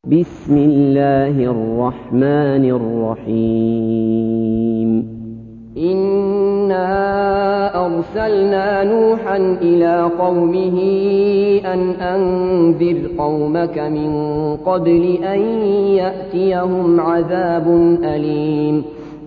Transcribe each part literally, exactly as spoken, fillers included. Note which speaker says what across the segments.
Speaker 1: بسم الله الرحمن الرحيم إنا أرسلنا نوحا إلى قومه أن أنذر قومك من قبل أن يأتيهم عذاب أليم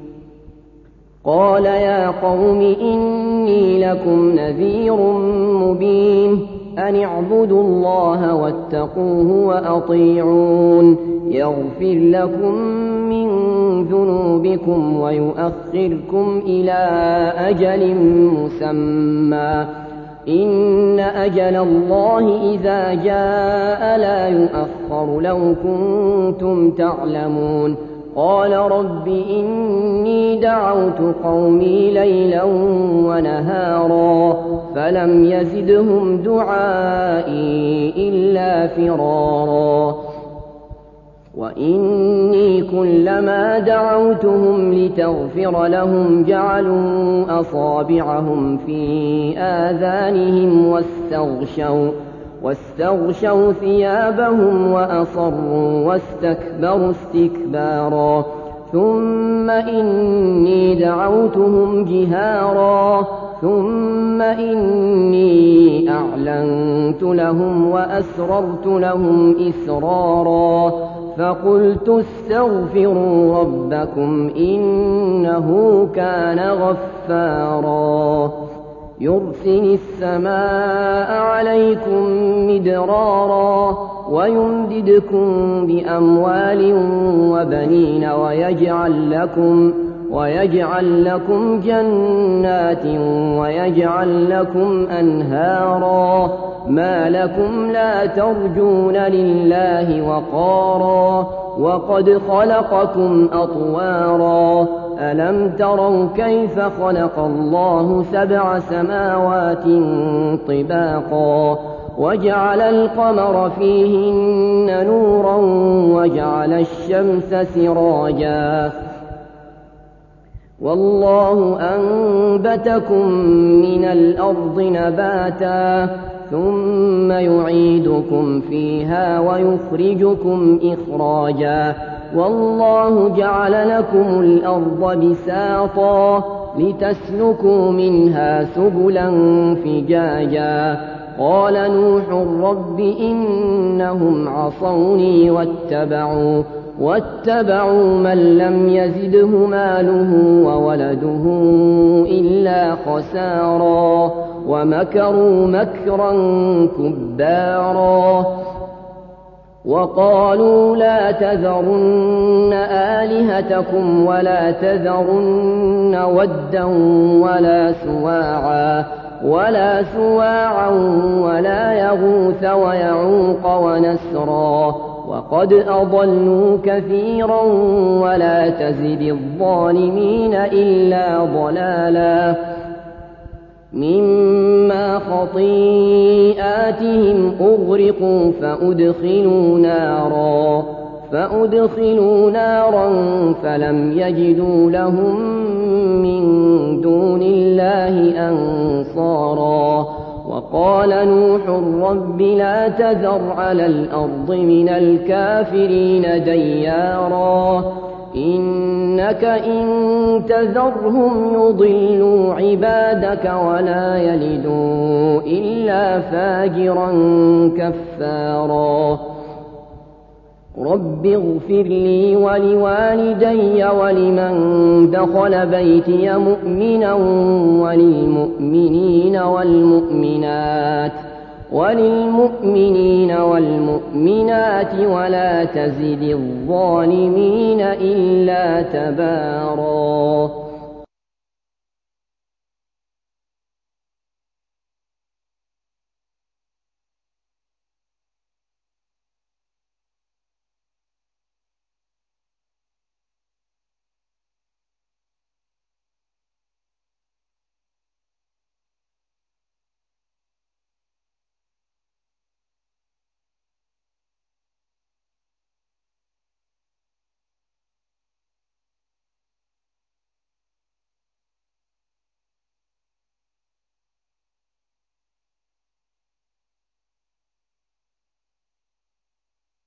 Speaker 1: قال يا قوم إني لكم نذير مبين أن اعبدوا الله واتقوه وأطيعون يغفر لكم من ذنوبكم ويؤخركم إلى أجل مسمى إن أجل الله إذا جاء لا يؤخر لو كنتم تعلمون قال رب إني دعوت قومي ليلا ونهارا فلم يزدهم دعائي إلا فرارا وإني كلما دعوتهم لتغفر لهم جعلوا أصابعهم في آذانهم واستغشوا واستغشوا ثيابهم وأصروا واستكبروا استكبارا ثم إني دعوتهم جهارا ثم إني أعلنت لهم وأسررت لهم إسرارا فقلت استغفروا ربكم إنه كان غفارا يرسل السماء عليكم مدرارا ويمددكم بأموال وبنين ويجعل لكم ويجعل لكم جنات ويجعل لكم أنهارا ما لكم لا ترجون لله وقارا وقد خلقكم أطوارا ألم تروا كيف خلق الله سبع سماوات طباقا وجعل القمر فيهن نورا وجعل الشمس سراجا والله أنبتكم من الأرض نباتا ثم يعيدكم فيها ويخرجكم إخراجا والله جعل لكم الأرض بساطا لتسلكوا منها سبلا فجاجا قال نوح رب إنهم عصوني واتبعوا واتبعوا من لم يزده ماله وولده إلا خسارا ومكروا مكرا كبارا وقالوا لا تذرن آلهتكم ولا تذرن ودا ولا سواعا ولا سواعا ولا يغوث ويعوق ونسرا وقد أضلوا كثيرا ولا تزد الظالمين إلا ضلالا مما خطيئاتهم أغرقوا فأدخلوا نارا فأدخلوا نارا فلم يجدوا لهم من دون الله أنصارا وقال نوح رب لا تذر على الأرض من الكافرين ديارا إنك إن تذرهم يضلوا عبادك ولا يلدوا إلا فاجرا كفارا رب اغفر لي ولوالدي ولمن دخل بيتي مؤمنا وللمؤمنين والمؤمنات وللمؤمنين والمؤمنات ولا تزد الظالمين إلا تبارا